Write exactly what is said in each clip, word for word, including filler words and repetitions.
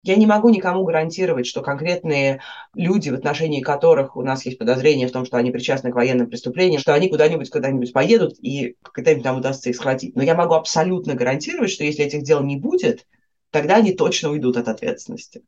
Я не могу никому гарантировать, что конкретные люди, в отношении которых у нас есть подозрение в том, что они причастны к военным преступлениям, что они куда-нибудь когда-нибудь поедут и когда-нибудь там удастся их схватить. Но я могу абсолютно гарантировать, что если этих дел не будет, тогда они точно уйдут от ответственности.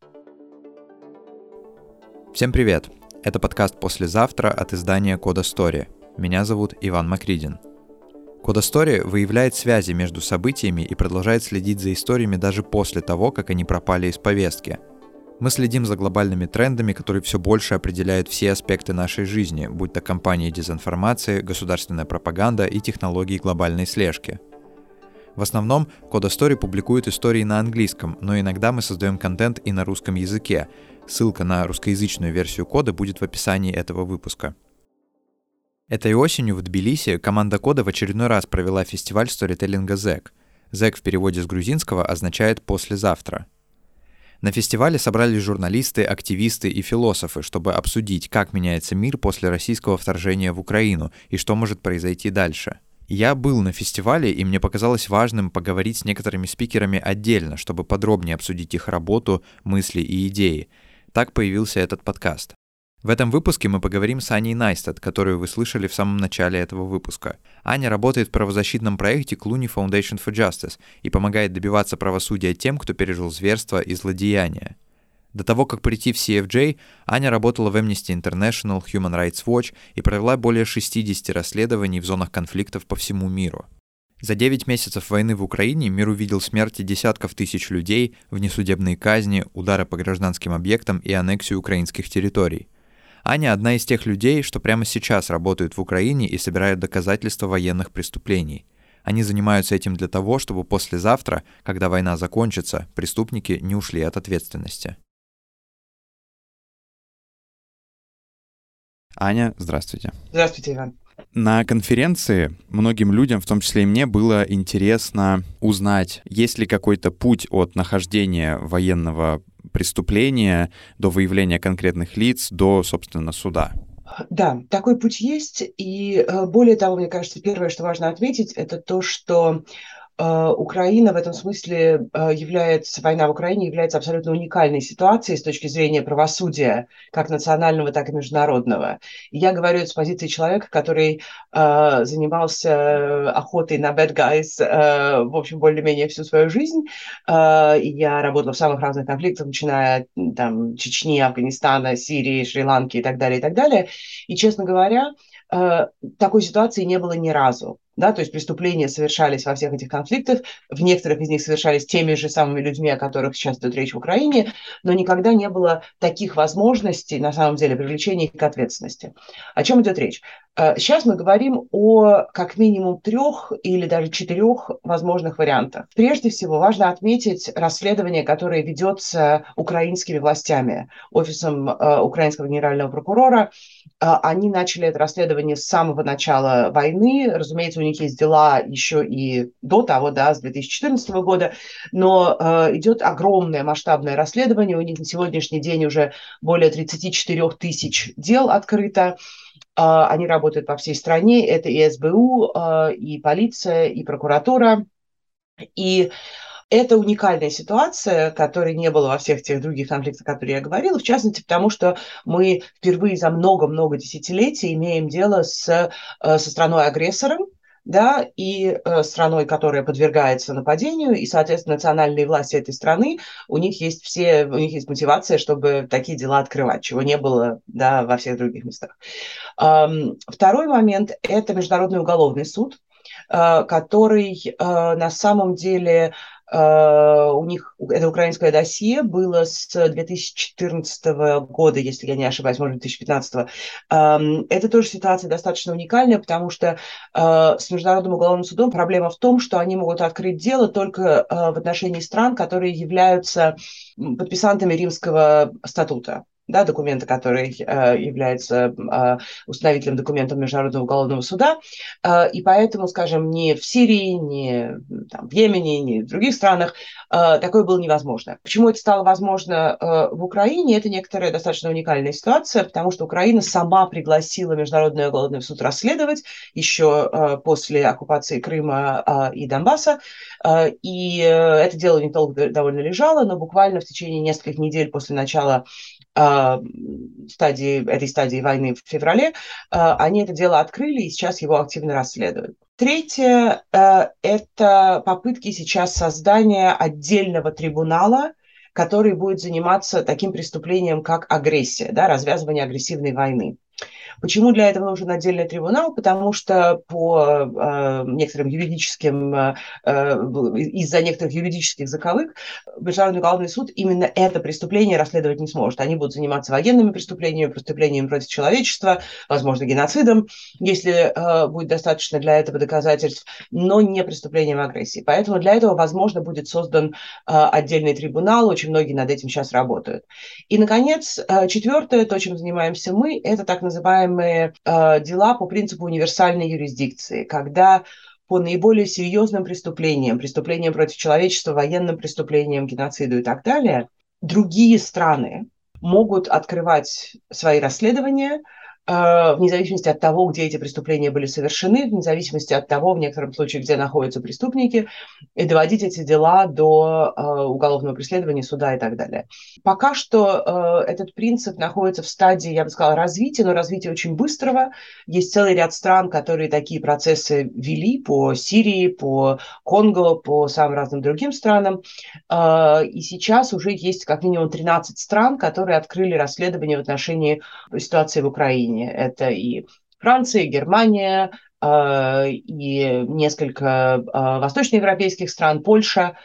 Всем привет! Это подкаст «Послезавтра» от издания Coda Story. Меня зовут Иван Макридин. Coda Story выявляет связи между событиями и продолжает следить за историями даже после того, как они пропали из повестки. Мы следим за глобальными трендами, которые все больше определяют все аспекты нашей жизни, будь то кампании дезинформации, государственная пропаганда и технологии глобальной слежки. В основном Coda Story публикует истории на английском, но иногда мы создаем контент и на русском языке. Ссылка на русскоязычную версию кода будет в описании этого выпуска. Этой осенью в Тбилиси команда Кода в очередной раз провела фестиваль сторителлинга зэк. зэк в переводе с грузинского означает «послезавтра». На фестивале собрались журналисты, активисты и философы, чтобы обсудить, как меняется мир после российского вторжения в Украину и что может произойти дальше. Я был на фестивале, и мне показалось важным поговорить с некоторыми спикерами отдельно, чтобы подробнее обсудить их работу, мысли и идеи. Так появился этот подкаст. В этом выпуске мы поговорим с Аней Найстат, которую вы слышали в самом начале этого выпуска. Аня работает в правозащитном проекте Clooney Foundation for Justice и помогает добиваться правосудия тем, кто пережил зверство и злодеяния. До того, как прийти в си эф джей, Аня работала в Amnesty International, Human Rights Watch и провела более шестьдесят расследований в зонах конфликтов по всему миру. За девять месяцев войны в Украине мир увидел смерти десятков тысяч людей, внесудебные казни, удары по гражданским объектам и аннексию украинских территорий. Аня одна из тех людей, что прямо сейчас работают в Украине и собирают доказательства военных преступлений. Они занимаются этим для того, чтобы послезавтра, когда война закончится, преступники не ушли от ответственности. Аня, здравствуйте. Здравствуйте, Иван. На конференции многим людям, в том числе и мне, было интересно узнать, есть ли какой-то путь от нахождения военного преступления до выявления конкретных лиц, до, собственно, суда. Да, такой путь есть. И более того, мне кажется, первое, что важно отметить, это то, что Украина в этом смысле является, война в Украине является абсолютно уникальной ситуацией с точки зрения правосудия, как национального, так и международного. И я говорю это с позиции человека, который э, занимался охотой на bad guys, э, в общем, более-менее всю свою жизнь. Э, и я работала в самых разных конфликтах, начиная там Чечни, Афганистана, Сирии, Шри-Ланки и так далее, и так далее. И, честно говоря, э, такой ситуации не было ни разу. Да, то есть преступления совершались во всех этих конфликтах, в некоторых из них совершались теми же самыми людьми, о которых сейчас идет речь в Украине, но никогда не было таких возможностей, на самом деле, привлечения их к ответственности. О чем идет речь? Сейчас мы говорим о как минимум трех или даже четырех возможных вариантах. Прежде всего, важно отметить расследование, которое ведется украинскими властями, офисом э, украинского генерального прокурора. Э, они начали это расследование с самого начала войны. Разумеется, у них есть дела еще и до того, да, с две тысячи четырнадцатого года, но э, идет огромное масштабное расследование. У них на сегодняшний день уже более тридцать четыре тысяч дел открыто. Они работают по всей стране. Это и эс бэ у, и полиция, и прокуратура. И это уникальная ситуация, которой не было во всех тех других конфликтах, о которых я говорила, в частности, потому что мы впервые за много-много десятилетий имеем дело с, со страной-агрессором, да, и э, страной, которая подвергается нападению, и, соответственно, национальные власти этой страны, у них есть все, у них есть мотивация, чтобы такие дела открывать, чего не было, да, во всех других местах. Эм, второй момент – это Международный уголовный суд, э, который э, на самом деле Uh, у них, это украинское досье было с две тысячи четырнадцатого года, если я не ошибаюсь, может, две тысячи пятнадцатого. Uh, это тоже ситуация достаточно уникальная, потому что uh, с Международным уголовным судом проблема в том, что они могут открыть дело только uh, в отношении стран, которые являются подписантами Римского статута. да, документа, который э, является э, установительным документом Международного уголовного суда. Э, и поэтому, скажем, ни в Сирии, ни там, в Йемене, ни в других странах э, такое было невозможно. Почему это стало возможно э, в Украине? Это некоторая достаточно уникальная ситуация, потому что Украина сама пригласила Международный уголовный суд расследовать еще э, после оккупации Крыма э, и Донбасса. Э, и э, это дело не долго довольно лежало, но буквально в течение нескольких недель после начала стадии, этой стадии войны в феврале, они это дело открыли и сейчас его активно расследуют. Третье – это попытки сейчас создания отдельного трибунала, который будет заниматься таким преступлением, как агрессия, да, развязывание агрессивной войны. Почему для этого нужен отдельный трибунал? Потому что по э, некоторым юридическим, э, из-за некоторых юридических заковык Международный уголовный суд именно это преступление расследовать не сможет. Они будут заниматься военными преступлениями, преступлениями против человечества, возможно, геноцидом, если э, будет достаточно для этого доказательств, но не преступлением агрессии. Поэтому для этого, возможно, будет создан э, отдельный трибунал. Очень многие над этим сейчас работают. И, наконец, э, четвертое, то, чем занимаемся мы, это так называемые э, дела по принципу универсальной юрисдикции, когда по наиболее серьезным преступлениям, преступлениям против человечества, военным преступлениям, геноциду и так далее, другие страны могут открывать свои расследования э, вне зависимости от того, где эти преступления были совершены, вне зависимости от того, в некотором случае, где находятся преступники, и доводить эти дела до э, уголовного преследования, суда и так далее. Пока что э, этот принцип находится в стадии, я бы сказала, развития, но развития очень быстрого. Есть целый ряд стран, которые такие процессы вели по Сирии, по Конго, по самым разным другим странам. Э, и сейчас уже есть как минимум тринадцать стран, которые открыли расследование в отношении ситуации в Украине. Это и Франция, и Германия, э, и несколько э, восточноевропейских стран, Польша,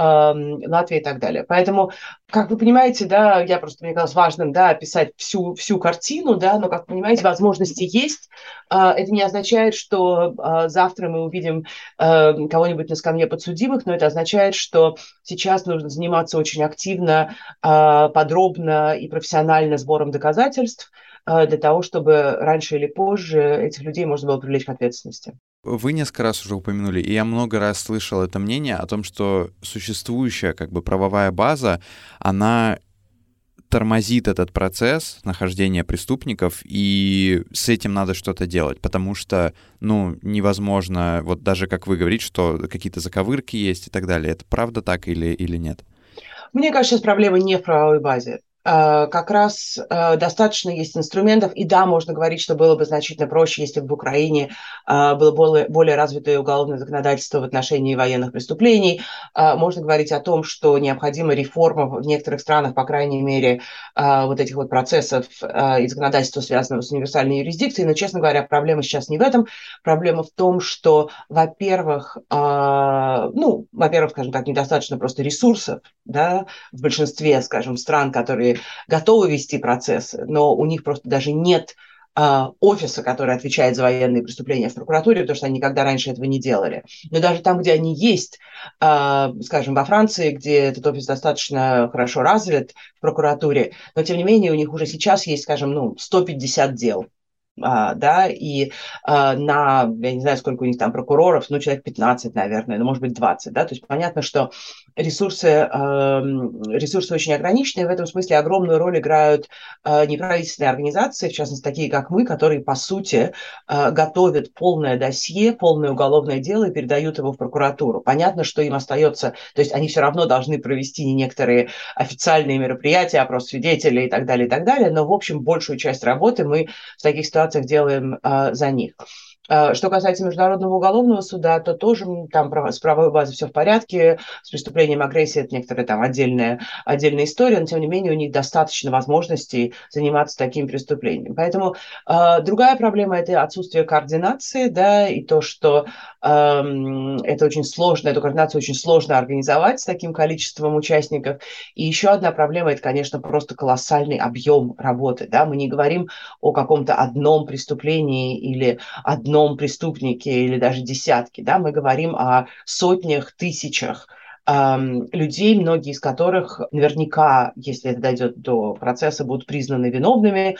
Латвия и так далее. Поэтому, как вы понимаете, да, я просто, мне казалось важным, да, описать всю, всю картину, да, но, как вы понимаете, возможности есть. Это не означает, что завтра мы увидим кого-нибудь на скамье подсудимых, но это означает, что сейчас нужно заниматься очень активно, подробно и профессионально сбором доказательств для того, чтобы раньше или позже этих людей можно было привлечь к ответственности. Вы несколько раз уже упомянули, и я много раз слышал это мнение о том, что существующая как бы правовая база, она тормозит этот процесс нахождения преступников, и с этим надо что-то делать, потому что, ну, невозможно, вот даже как вы говорите, что какие-то заковырки есть и так далее. Это правда так или, или нет? Мне кажется, сейчас проблема не в правовой базе. Как раз достаточно есть инструментов, и да, можно говорить, что было бы значительно проще, если бы в Украине было более, более развитое уголовное законодательство в отношении военных преступлений. Можно говорить о том, что необходима реформа в некоторых странах, по крайней мере, вот этих вот процессов и законодательства, связанного с универсальной юрисдикцией, но, честно говоря, проблема сейчас не в этом. Проблема в том, что, во-первых, ну, во-первых, скажем так, недостаточно просто ресурсов, да, в большинстве, скажем, стран, которые готовы вести процессы, но у них просто даже нет э, офиса, который отвечает за военные преступления в прокуратуре, потому что они никогда раньше этого не делали. Но даже там, где они есть, э, скажем, во Франции, где этот офис достаточно хорошо развит в прокуратуре, но тем не менее у них уже сейчас есть, скажем, ну, сто пятьдесят дел. Uh, да, и uh, на, я не знаю, сколько у них там прокуроров, ну, человек пятнадцать, наверное, ну, может быть, двадцать, да, то есть понятно, что ресурсы, uh, ресурсы очень ограничены, и в этом смысле огромную роль играют uh, неправительственные организации, в частности, такие, как мы, которые, по сути, uh, готовят полное досье, полное уголовное дело и передают его в прокуратуру. Понятно, что им остается, то есть они все равно должны провести некоторые официальные мероприятия, опрос свидетелей и так далее, и так далее, но, в общем, большую часть работы мы в таких ситуациях делаем а, за них. А, что касается Международного уголовного суда, то тоже там право, с правовой базой все в порядке, с преступлением агрессии это некоторая там отдельная, отдельная история, но тем не менее у них достаточно возможностей заниматься таким преступлением. Поэтому а, другая проблема – это отсутствие координации, да, и то, что а, это очень сложно, эту координацию очень сложно организовать с таким количеством участников. И еще одна проблема – это, конечно, просто колоссальный объем работы, да, мы не говорим о каком-то одном преступлении или одном преступнике или даже десятке, да, мы говорим о сотнях, тысячах людей, многие из которых наверняка, если это дойдет до процесса, будут признаны виновными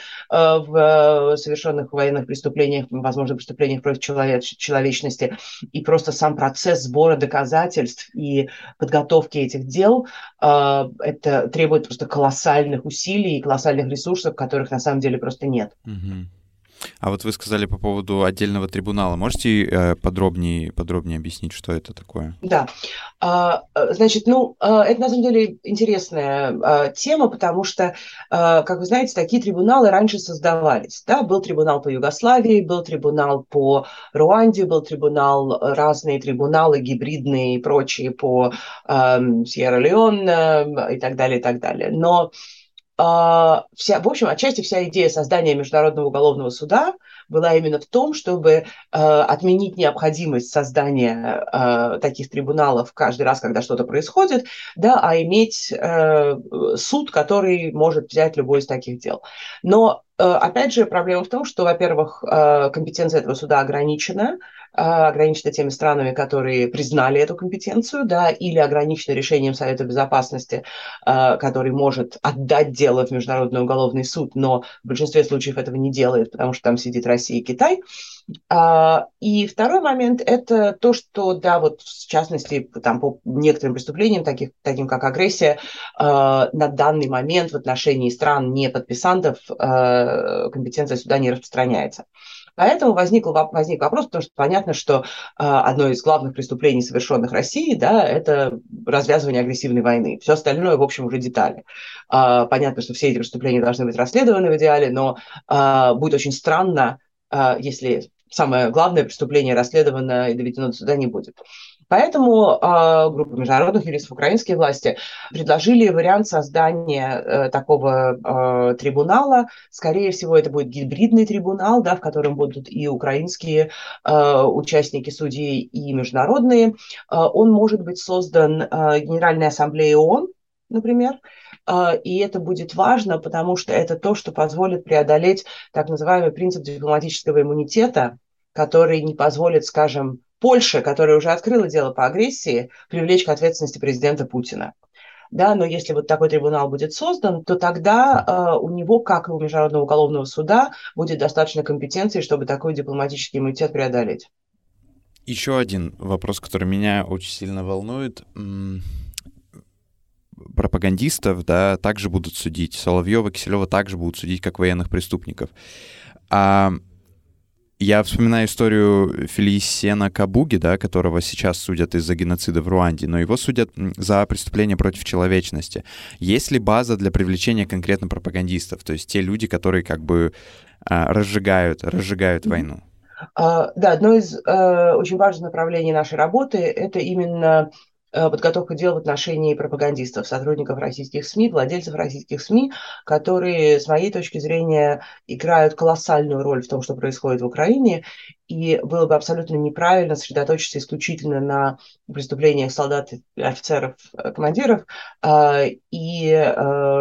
в совершенных военных преступлениях, возможно, преступлениях против человечности. И просто сам процесс сбора доказательств и подготовки этих дел, это требует просто колоссальных усилий и колоссальных ресурсов, которых на самом деле просто нет. Угу. А вот вы сказали по поводу отдельного трибунала. Можете э, подробнее, подробнее объяснить, что это такое? Да. А, значит, ну, это на самом деле интересная а, тема, потому что, а, как вы знаете, такие трибуналы раньше создавались. Да? Был трибунал по Югославии, был трибунал по Руанде, был трибунал, разные трибуналы гибридные и прочие по а, Сьерра-Леоне и так далее, и так далее. Но Uh, вся, в общем, отчасти вся идея создания Международного уголовного суда была именно в том, чтобы uh, отменить необходимость создания uh, таких трибуналов каждый раз, когда что-то происходит, да, а иметь uh, суд, который может взять любой из таких дел. Но, uh, опять же, проблема в том, что, во-первых, uh, компетенция этого суда ограничена, ограничено теми странами, которые признали эту компетенцию, да, или ограничено решением Совета Безопасности, который может отдать дело в Международный уголовный суд, но в большинстве случаев этого не делает, потому что там сидит Россия и Китай. И второй момент – это то, что, да, вот в частности, там, по некоторым преступлениям, таких, таким как агрессия, на данный момент в отношении стран не-подписантов компетенция суда не распространяется. Поэтому возник, возник вопрос, потому что понятно, что э, одно из главных преступлений, совершенных Россией, да, это развязывание агрессивной войны. Все остальное, в общем, уже детали. Э, понятно, что все эти преступления должны быть расследованы в идеале, но э, будет очень странно, э, если самое главное преступление расследовано и доведено до суда не будет. Поэтому э, группа международных юристов, украинские власти учредили вариант создания э, такого э, трибунала. Скорее всего, это будет гибридный трибунал, да, в котором будут и украинские э, участники, судьи, и международные. Э, он может быть создан э, Генеральной Ассамблеей ООН, например, э, и это будет важно, потому что это то, что позволит преодолеть так называемый принцип дипломатического иммунитета, который не позволит, скажем, Польше, которая уже открыла дело по агрессии, привлечь к ответственности президента Путина. Да, но если вот такой трибунал будет создан, то тогда э, у него, как и у Международного уголовного суда, будет достаточно компетенции, чтобы такой дипломатический иммунитет преодолеть. Еще один вопрос, который меня очень сильно волнует. Пропагандистов, да, также будут судить. Соловьева, Киселева также будут судить как военных преступников. А я вспоминаю историю Фелисиена Кабуги, да, которого сейчас судят из-за геноцида в Руанде, но его судят за преступление против человечности. Есть ли база для привлечения конкретно пропагандистов, то есть те люди, которые как бы разжигают, разжигают войну? Uh, да, одно из uh, очень важных направлений нашей работы – это именно подготовка дел в отношении пропагандистов, сотрудников российских СМИ, владельцев российских СМИ, которые, с моей точки зрения, играют колоссальную роль в том, что происходит в Украине, и было бы абсолютно неправильно сосредоточиться исключительно на преступлениях солдат, офицеров, командиров и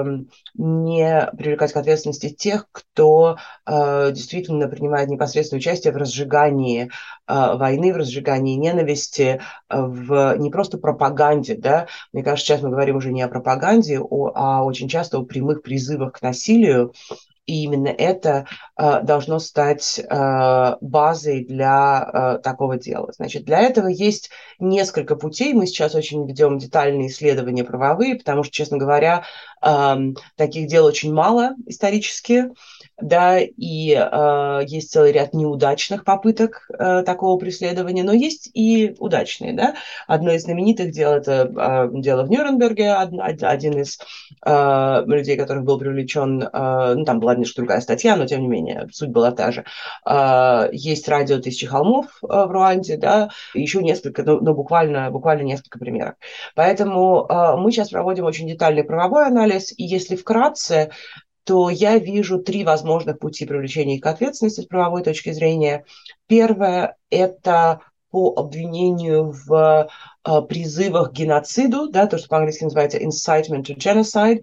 не привлекать к ответственности тех, кто действительно принимает непосредственное участие в разжигании войны, в разжигании ненависти, в не просто пропаганде, да, мне кажется, сейчас мы говорим уже не о пропаганде, а очень часто о прямых призывах к насилию, и именно это э, должно стать э, базой для э, такого дела. Значит, для этого есть несколько путей. Мы сейчас очень ведем детальные исследования правовые, потому что, честно говоря, э, таких дел очень мало исторически, да, и э, есть целый ряд неудачных попыток э, такого преследования, но есть и удачные, да. Одно из знаменитых дел – это э, дело в Нюрнберге, один из э, людей, которых был привлечен, э, ну, там была немножко другая статья, но тем не менее суть была та же. Э, есть радио «Тысячи холмов» э, в Руанде, да, еще несколько, ну, ну буквально, буквально несколько примеров. Поэтому э, мы сейчас проводим очень детальный правовой анализ, и если вкратце, то я вижу три возможных пути привлечения их к ответственности с правовой точки зрения. Первое – это по обвинению в э, призывах к геноциду, да, то, что по-английски называется incitement to genocide.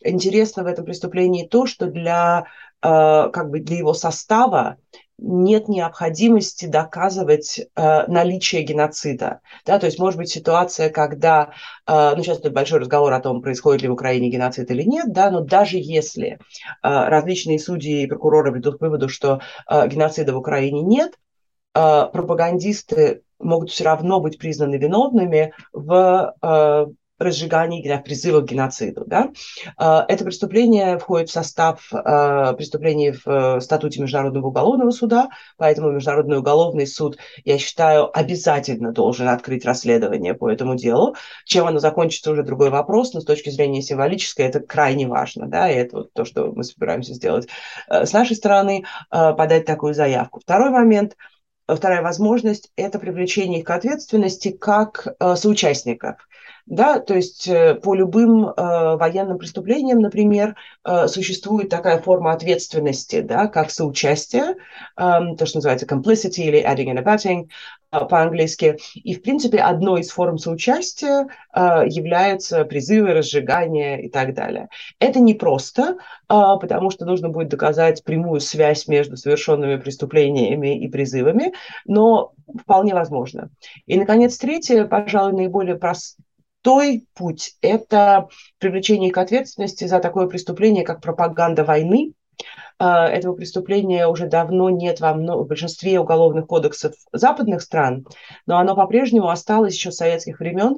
интересно в этом преступлении то, что для, э, как бы для его состава нет необходимости доказывать э, наличие геноцида. Да, то есть может быть ситуация, когда, э, ну сейчас тут большой разговор о том, происходит ли в Украине геноцид или нет, да, но даже если э, различные судьи и прокуроры придут к выводу, что э, геноцида в Украине нет, э, пропагандисты могут все равно быть признаны виновными в э, разжигании, в призывах к геноциду. Да? Э, это преступление входит в состав э, преступлений в э, статуте Международного уголовного суда, поэтому Международный уголовный суд, я считаю, обязательно должен открыть расследование по этому делу. Чем оно закончится, уже другой вопрос, но с точки зрения символической это крайне важно. Да? И это вот то, что мы собираемся сделать э, с нашей стороны, э, подать такую заявку. Второй момент – Вторая возможность – это привлечение их к ответственности как э, соучастников. Да? То есть э, по любым э, военным преступлениям, например, э, существует такая форма ответственности, да, как соучастие, э, то, что называется complicity или adding and abetting э, по-английски. И, в принципе, одной из форм соучастия э, являются призывы, разжигание и так далее. Это непросто, а, потому что нужно будет доказать прямую связь между совершенными преступлениями и призывами, но вполне возможно. И, наконец, третье, пожалуй, наиболее простой путь – это привлечение к ответственности за такое преступление, как пропаганда войны. Этого преступления уже давно нет во в большинстве уголовных кодексов западных стран, но оно по-прежнему осталось еще с советских времен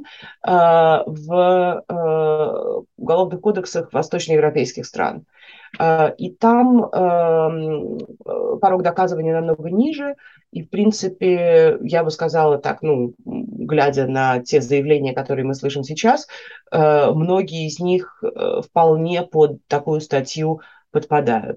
в уголовных кодексах восточноевропейских стран. И там порог доказывания намного ниже, и, в принципе, я бы сказала так, ну, глядя на те заявления, которые мы слышим сейчас, многие из них вполне под такую статью подпадают.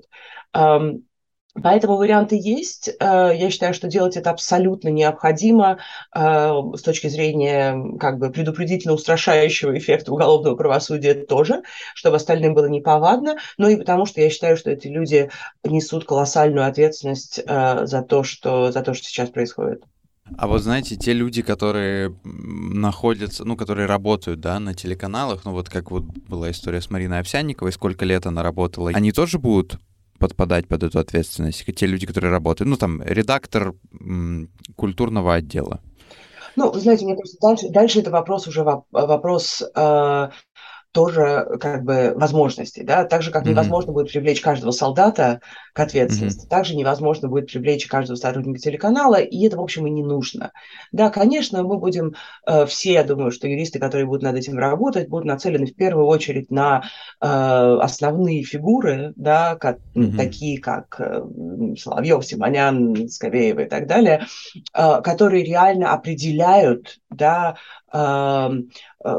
Поэтому варианты есть. Я считаю, что делать это абсолютно необходимо с точки зрения как бы предупредительно устрашающего эффекта уголовного правосудия тоже, чтобы остальным было неповадно, но и потому, что я считаю, что эти люди несут колоссальную ответственность за то, что, за то, что сейчас происходит. А вот знаете, те люди, которые находятся, ну, которые работают, да, на телеканалах, ну, вот как вот была история с Мариной Овсянниковой, сколько лет она работала, они тоже будут подпадать под эту ответственность? Те люди, которые работают, ну, там, редактор м, культурного отдела. Ну, вы знаете, мне кажется, дальше, дальше это вопрос уже вопрос э, тоже как бы возможностей, да, так же, как Мгм. невозможно будет привлечь каждого солдата к ответственности, Мгм. также невозможно будет привлечь каждого сотрудника телеканала, и это, в общем, и не нужно. Да, конечно, мы будем, э, все, я думаю, что юристы, которые будут над этим работать, будут нацелены в первую очередь на э, основные фигуры, да, как, Мгм. такие как э, Соловьев, Симонян, Скобеева и так далее, э, которые реально определяют, да, э, э,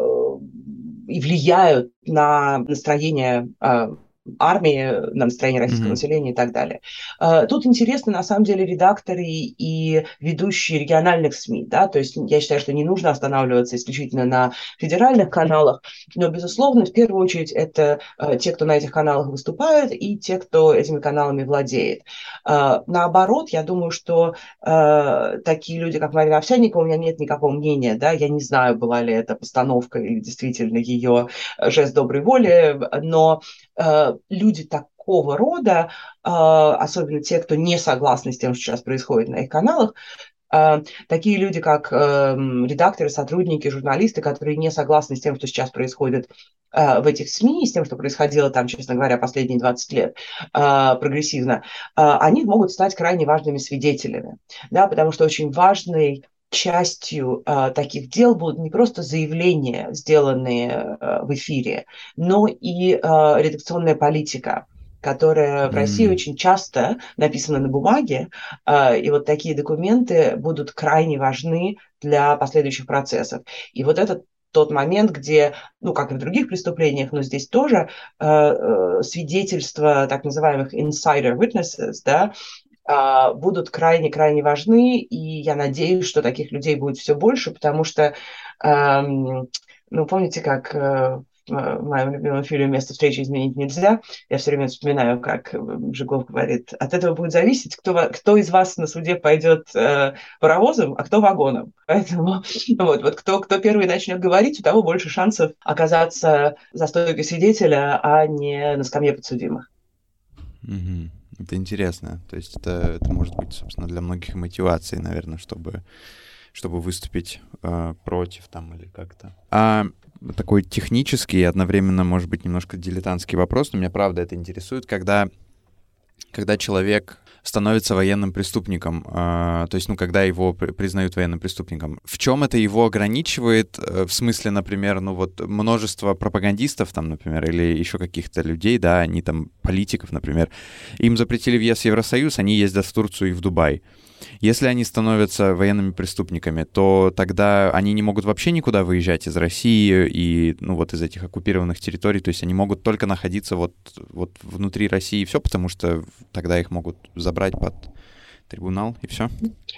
и влияют на настроение э, армии, на настроение российского Мгм. населения и так далее. Э, Тут интересны, на самом деле, редакторы и ведущие региональных СМИ. Да? То есть я считаю, что не нужно останавливаться исключительно на федеральных каналах, но, безусловно, в первую очередь это э, те, кто на этих каналах выступает, и те, кто этими каналами владеет. Э, Наоборот, я думаю, что э, такие люди, как Марина Овсянникова, у меня нет никакого мнения. Да? Я не знаю, была ли это постановка или действительно ее жест доброй воли, но э, люди такого рода, э, особенно те, кто не согласны с тем, что сейчас происходит на их каналах, э, такие люди, как э, редакторы, сотрудники, журналисты, которые не согласны с тем, что сейчас происходит э, в этих СМИ, с тем, что происходило там, честно говоря, последние двадцать лет э, прогрессивно, э, они могут стать крайне важными свидетелями, да, потому что очень важный частью э, таких дел будут не просто заявления, сделанные э, в эфире, но и э, редакционная политика, которая в России М. очень часто написана на бумаге, э, и вот такие документы будут крайне важны для последующих процессов. И вот это тот момент, где, ну, как и в других преступлениях, но здесь тоже э, э, свидетельства так называемых insider witnesses, да, будут крайне-крайне важны, и я надеюсь, что таких людей будет все больше, потому что, эм, ну, помните, как э, в в моем любимом фильме «Место встречи изменить нельзя». Я все время вспоминаю, как Жигулев говорит, от этого будет зависеть, кто, кто из вас на суде пойдет э, паровозом, а кто вагоном. Поэтому вот, вот кто, кто первый начнет говорить, у того больше шансов оказаться за стойкой свидетеля, а не на скамье подсудимых. Mm-hmm. Это интересно. То есть это, это может быть, собственно, для многих мотивацией, наверное, чтобы, чтобы выступить э, против там или как-то. А такой технический и одновременно, может быть, немножко дилетантский вопрос, но меня, правда, это интересует, когда, когда человек становится военным преступником, э, то есть, ну, когда его признают военным преступником. В чем это его ограничивает? Э, в смысле, например, ну, вот множество пропагандистов там, например, или еще каких-то людей, да, они там, политиков, например, им запретили въезд в Евросоюз, они ездят в Турцию и в Дубай. Если они становятся военными преступниками, то тогда они не могут вообще никуда выезжать из России и, ну, вот из этих оккупированных территорий, то есть они могут только находиться вот, вот внутри России и все, потому что тогда их могут забрать под трибунал и все.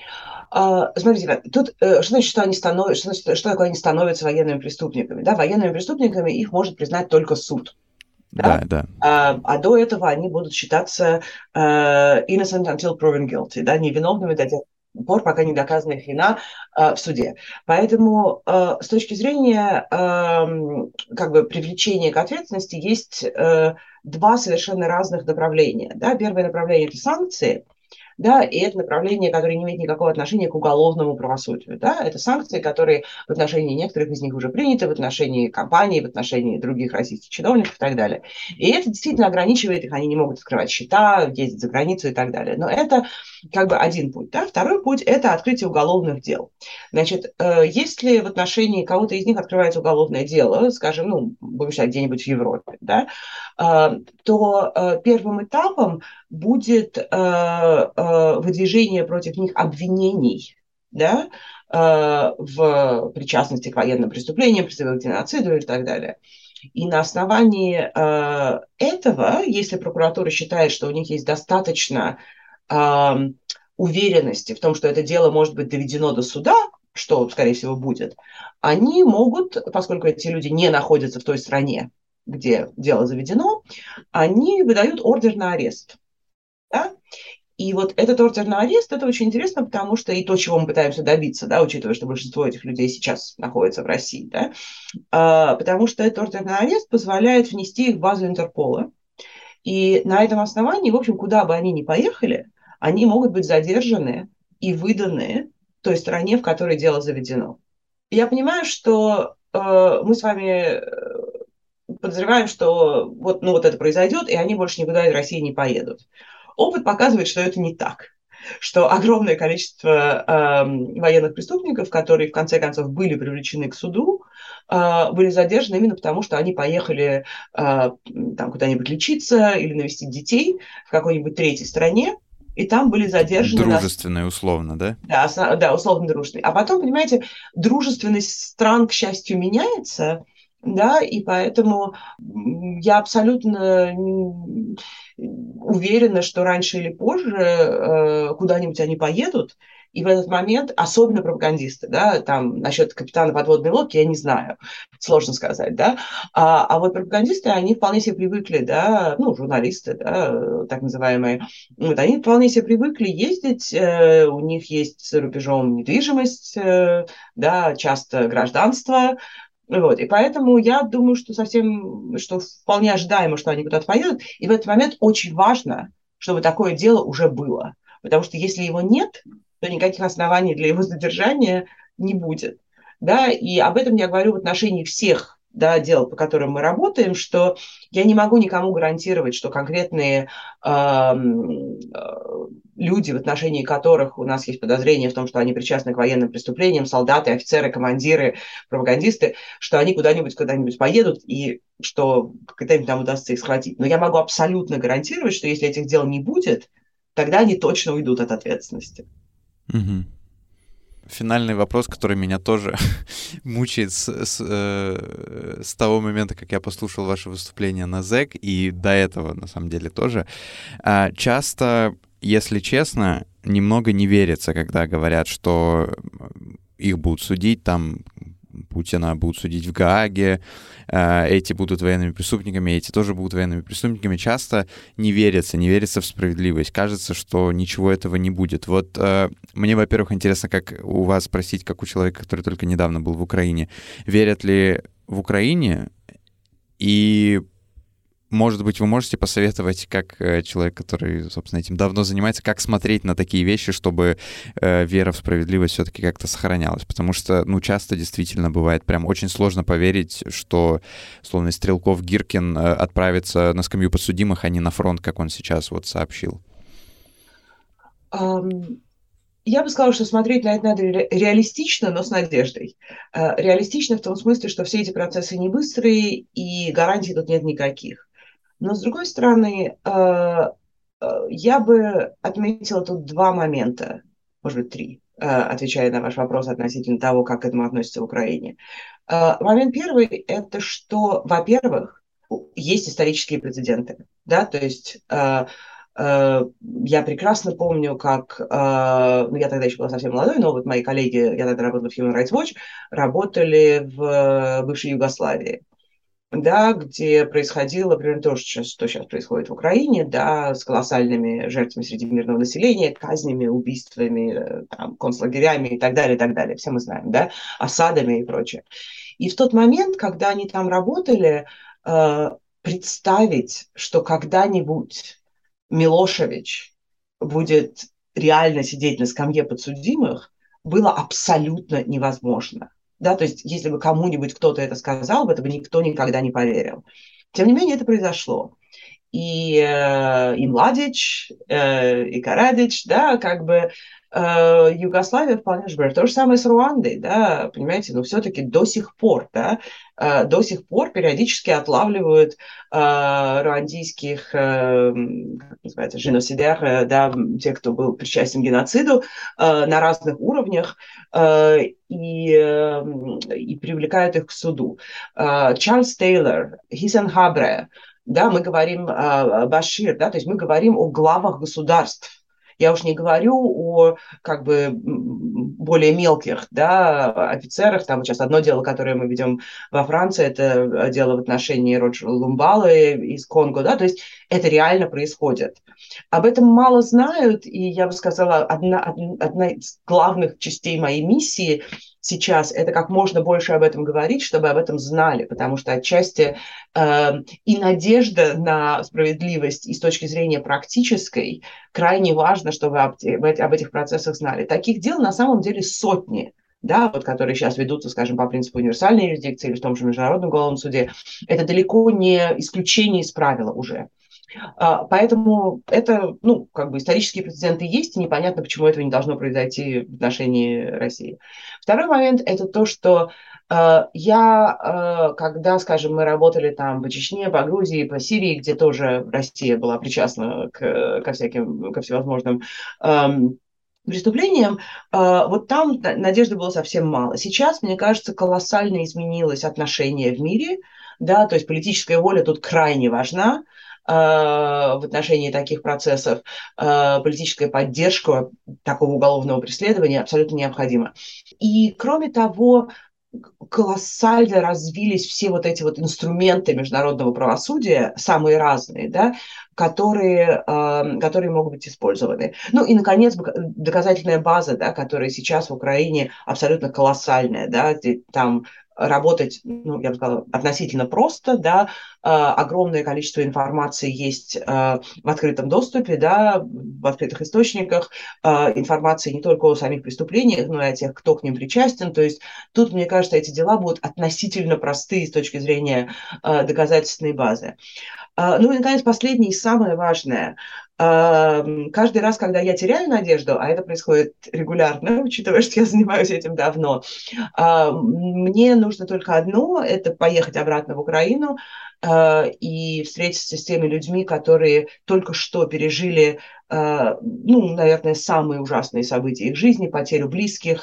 А, смотрите, тут что значит, что они становятся, что, что такое они становятся военными преступниками? Да, военными преступниками их может признать только суд. Да, да. да. А, а до этого они будут считаться uh, innocent until proven guilty, да, невиновными до тех пор, пока не доказана их вина uh, в суде. Поэтому uh, с точки зрения uh, как бы привлечения к ответственности есть uh, два совершенно разных направления. Да. Первое направление – это санкции. Да, и это направление, которое не имеет никакого отношения к уголовному правосудию. Да? Это санкции, которые в отношении некоторых из них уже приняты, в отношении компаний, в отношении других российских чиновников и так далее. И это действительно ограничивает их, они не могут открывать счета, ездить за границу и так далее. Но это как бы один путь. Да? Второй путь – это открытие уголовных дел. Значит, если в отношении кого-то из них открывается уголовное дело, скажем, ну, будем считать, где-нибудь в Европе, да, то первым этапом будет выдвижение против них обвинений, да, в причастности к военным преступлениям, призыву к геноциду и так далее. И на основании этого, если прокуратура считает, что у них есть достаточно уверенности в том, что это дело может быть доведено до суда, что, скорее всего, будет, они могут, поскольку эти люди не находятся в той стране, где дело заведено, они выдают ордер на арест. Да? И вот этот ордер на арест, это очень интересно, потому что и то, чего мы пытаемся добиться, да, учитывая, что большинство этих людей сейчас находится в России, да, а, потому что этот ордер на арест позволяет внести их в базу Интерпола. И на этом основании, в общем, куда бы они ни поехали, они могут быть задержаны и выданы той стране, в которой дело заведено. Я понимаю, что э, мы с вами подозреваем, что вот, ну, вот это произойдет, и они больше никуда из России не поедут. Опыт показывает, что это не так. Что огромное количество э, военных преступников, которые в конце концов были привлечены к суду, э, были задержаны именно потому, что они поехали э, там куда-нибудь лечиться или навестить детей в какой-нибудь третьей стране, и там были задержаны... Дружественные, на... условно, да? Да, да, условно дружественные. А потом, понимаете, дружественность стран, к счастью, меняется, да, и поэтому я абсолютно уверена, что раньше или позже э, куда-нибудь они поедут, и в этот момент, особенно пропагандисты, да, там насчет капитана подводной лодки я не знаю, сложно сказать, да, а, а вот пропагандисты, они вполне себе привыкли, да, ну, журналисты, да, так называемые, вот, они вполне себе привыкли ездить, э, у них есть за рубежом недвижимость, э, да, часто гражданство. Вот, и поэтому я думаю, что совсем, что вполне ожидаемо, что они куда-то поедут. И в этот момент очень важно, чтобы такое дело уже было. Потому что если его нет, то никаких оснований для его задержания не будет. Да? И об этом я говорю в отношении всех, да, дел, по которым мы работаем, что я не могу никому гарантировать, что конкретные э, люди, в отношении которых у нас есть подозрения в том, что они причастны к военным преступлениям, солдаты, офицеры, командиры, пропагандисты, что они куда-нибудь куда-нибудь поедут и что когда-нибудь нам удастся их схватить. Но я могу абсолютно гарантировать, что если этих дел не будет, тогда они точно уйдут от ответственности. Угу. Финальный вопрос, который меня тоже мучает с, с, э, с того момента, как я послушал ваше выступление на зэк, и до этого, на самом деле, тоже. А, часто, если честно, немного не верится, когда говорят, что их будут судить там Путина будут судить в Гааге, э, эти будут военными преступниками, эти тоже будут военными преступниками, часто не верится, не верится в справедливость. Кажется, что ничего этого не будет. Вот э, мне, во-первых, интересно, как у вас спросить, как у человека, который только недавно был в Украине, верят ли в Украине, и, может быть, вы можете посоветовать, как э, человек, который, собственно, этим давно занимается, как смотреть на такие вещи, чтобы э, вера в справедливость все-таки как-то сохранялась? Потому что, ну, часто действительно бывает прям очень сложно поверить, что, словно Стрелков, Гиркин э, отправится на скамью подсудимых, а не на фронт, как он сейчас вот сообщил. Um... Я бы сказала, что смотреть на это надо реалистично, но с надеждой. Реалистично в том смысле, что все эти процессы не быстрые, и гарантий тут нет никаких. Но, с другой стороны, я бы отметила тут два момента, может быть, три, отвечая на ваш вопрос относительно того, как к этому относится в Украине. Момент первый – это что, во-первых, есть исторические прецеденты. Да? То есть я прекрасно помню, как, ну, я тогда еще была совсем молодой, но вот мои коллеги, я тогда работала в Human Rights Watch, работали в бывшей Югославии, да, где происходило примерно то, что сейчас происходит в Украине, да, с колоссальными жертвами среди мирного населения, казнями, убийствами, там, концлагерями и так далее, и так далее, все мы знаем, да, осадами и прочее. И в тот момент, когда они там работали, представить, что когда-нибудь Милошевич будет реально сидеть на скамье подсудимых, было абсолютно невозможно. Да, то есть, если бы кому-нибудь кто-то это сказал, в это бы никто никогда не поверил. Тем не менее, это произошло. И, э, и Младич, э, и Карадич, да, как бы э, Югославия вполне же. То же самое с Руандой, да, понимаете, но все-таки до сих пор, да, э, до сих пор периодически отлавливают э, руандийских, э, как называется, женосидер, э, да, тех, кто был причастен к геноциду э, на разных уровнях, э, и, э, и привлекают их к суду. Э, Чарльз Тейлор, Хисен Хабре, да, мы говорим э, Башир, да, то есть мы говорим о главах государств. Я уж не говорю о как бы более мелких, да, офицерах. Там сейчас одно дело, которое мы ведем во Франции, это дело в отношении Роджера Лумбалы из Конго, да, то есть это реально происходит. Об этом мало знают, и я бы сказала, одна, одна из главных частей моей миссии сейчас это как можно больше об этом говорить, чтобы об этом знали, потому что отчасти э, и надежда на справедливость и с точки зрения практической крайне важно, чтобы об, об этих процессах знали. Таких дел на самом деле сотни, да, вот, которые сейчас ведутся, скажем, по принципу универсальной юрисдикции или в том же Международном уголовном суде. Это далеко не исключение из правила уже. Поэтому это, ну, как бы исторические прецеденты есть, и непонятно, почему этого не должно произойти в отношении России. Второй момент – это то, что э, я, э, когда, скажем, мы работали там по Чечне, по Грузии, по Сирии, где тоже Россия была причастна к, ко всяким, ко всевозможным э, преступлениям, э, вот там надежды было совсем мало. Сейчас, мне кажется, колоссально изменилось отношение в мире, да, то есть политическая воля тут крайне важна в отношении таких процессов, политическая поддержка такого уголовного преследования абсолютно необходима. И, кроме того, колоссально развились все вот эти вот инструменты международного правосудия, самые разные, да, которые, которые могут быть использованы. Ну и, наконец, доказательная база, да, которая сейчас в Украине абсолютно колоссальная. Да, там работать, ну, я бы сказала, относительно просто, да, огромное количество информации есть в открытом доступе, да, в открытых источниках, информации не только о самих преступлениях, но и о тех, кто к ним причастен. То есть тут, мне кажется, эти дела будут относительно простые с точки зрения доказательственной базы. Ну и, наконец, последнее и самое важное. Каждый раз, когда я теряю надежду, а это происходит регулярно, учитывая, что я занимаюсь этим давно, мне нужно только одно – это поехать обратно в Украину и встретиться с теми людьми, которые только что пережили, ну, наверное, самые ужасные события их жизни, потерю близких,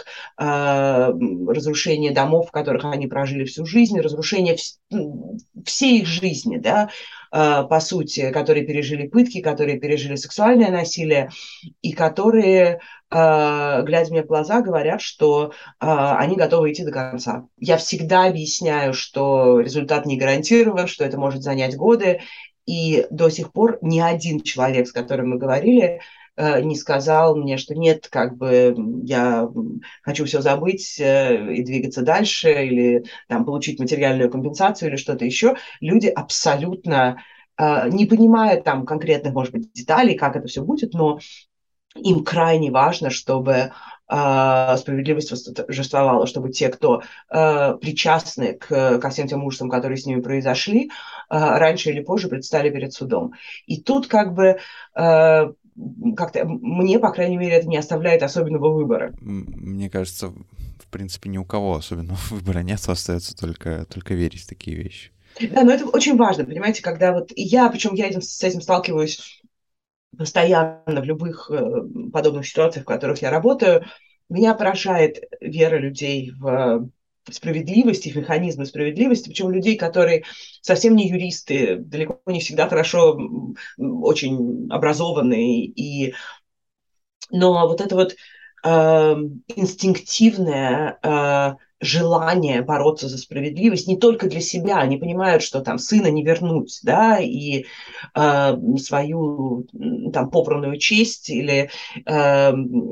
разрушение домов, в которых они прожили всю жизнь, разрушение всей их жизни, да, по сути, которые пережили пытки, которые пережили сексуальное насилие, и которые э, глядя мне в глаза, говорят, что э, они готовы идти до конца. Я всегда объясняю, что результат не гарантирован, что это может занять годы, и до сих пор ни один человек, с которым мы говорили, э, не сказал мне, что нет, как бы я хочу все забыть э, и двигаться дальше, или там, получить материальную компенсацию, или что-то еще. Люди абсолютно э, не понимают там конкретных, может быть, деталей, как это все будет, но им крайне важно, чтобы э, справедливость восторжествовала, чтобы те, кто э, причастны к, ко всем тем ужасам, которые с ними произошли, э, раньше или позже предстали перед судом. И тут как бы э, как-то мне, по крайней мере, это не оставляет особенного выбора. Мне кажется, в принципе, ни у кого особенного выбора нет, остается только, только верить в такие вещи. Да, но это очень важно, понимаете, когда вот и я, причем я этим, с этим сталкиваюсь постоянно в любых э, подобных ситуациях, в которых я работаю, меня поражает вера людей в справедливость и в механизмы справедливости, причем людей, которые совсем не юристы, далеко не всегда хорошо, очень образованные, и... но вот это вот э, инстинктивное э, желание бороться за справедливость не только для себя, они понимают, что там сына не вернуть, да, и э, свою там попранную честь или, э, я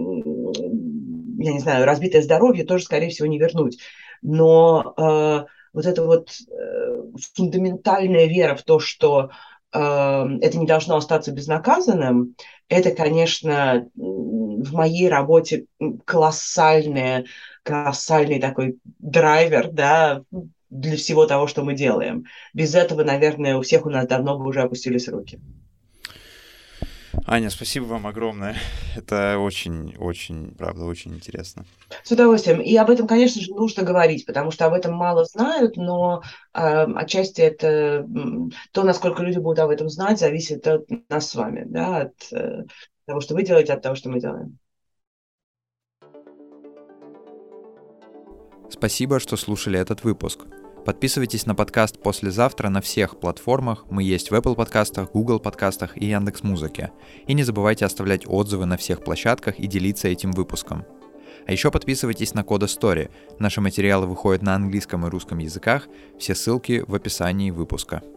не знаю, разбитое здоровье тоже, скорее всего, не вернуть. Но э, вот эта вот э, фундаментальная вера в то, что э, это не должно остаться безнаказанным, это, конечно, в моей работе колоссальное колоссальный такой драйвер, да, для всего того, что мы делаем. Без этого, наверное, у всех у нас давно бы уже опустились руки. Аня, спасибо вам огромное. Это очень-очень, правда, очень интересно. С удовольствием. И об этом, конечно же, нужно говорить, потому что об этом мало знают, но э, отчасти это э, то, насколько люди будут об этом знать, зависит от нас с вами, да, от э, того, что вы делаете, от того, что мы делаем. Спасибо, что слушали этот выпуск. Подписывайтесь на подкаст «Послезавтра» на всех платформах. Мы есть в Apple подкастах, Google подкастах и Яндекс.Музыке. И не забывайте оставлять отзывы на всех площадках и делиться этим выпуском. А еще подписывайтесь на Кода Story. Наши материалы выходят на английском и русском языках. Все ссылки в описании выпуска.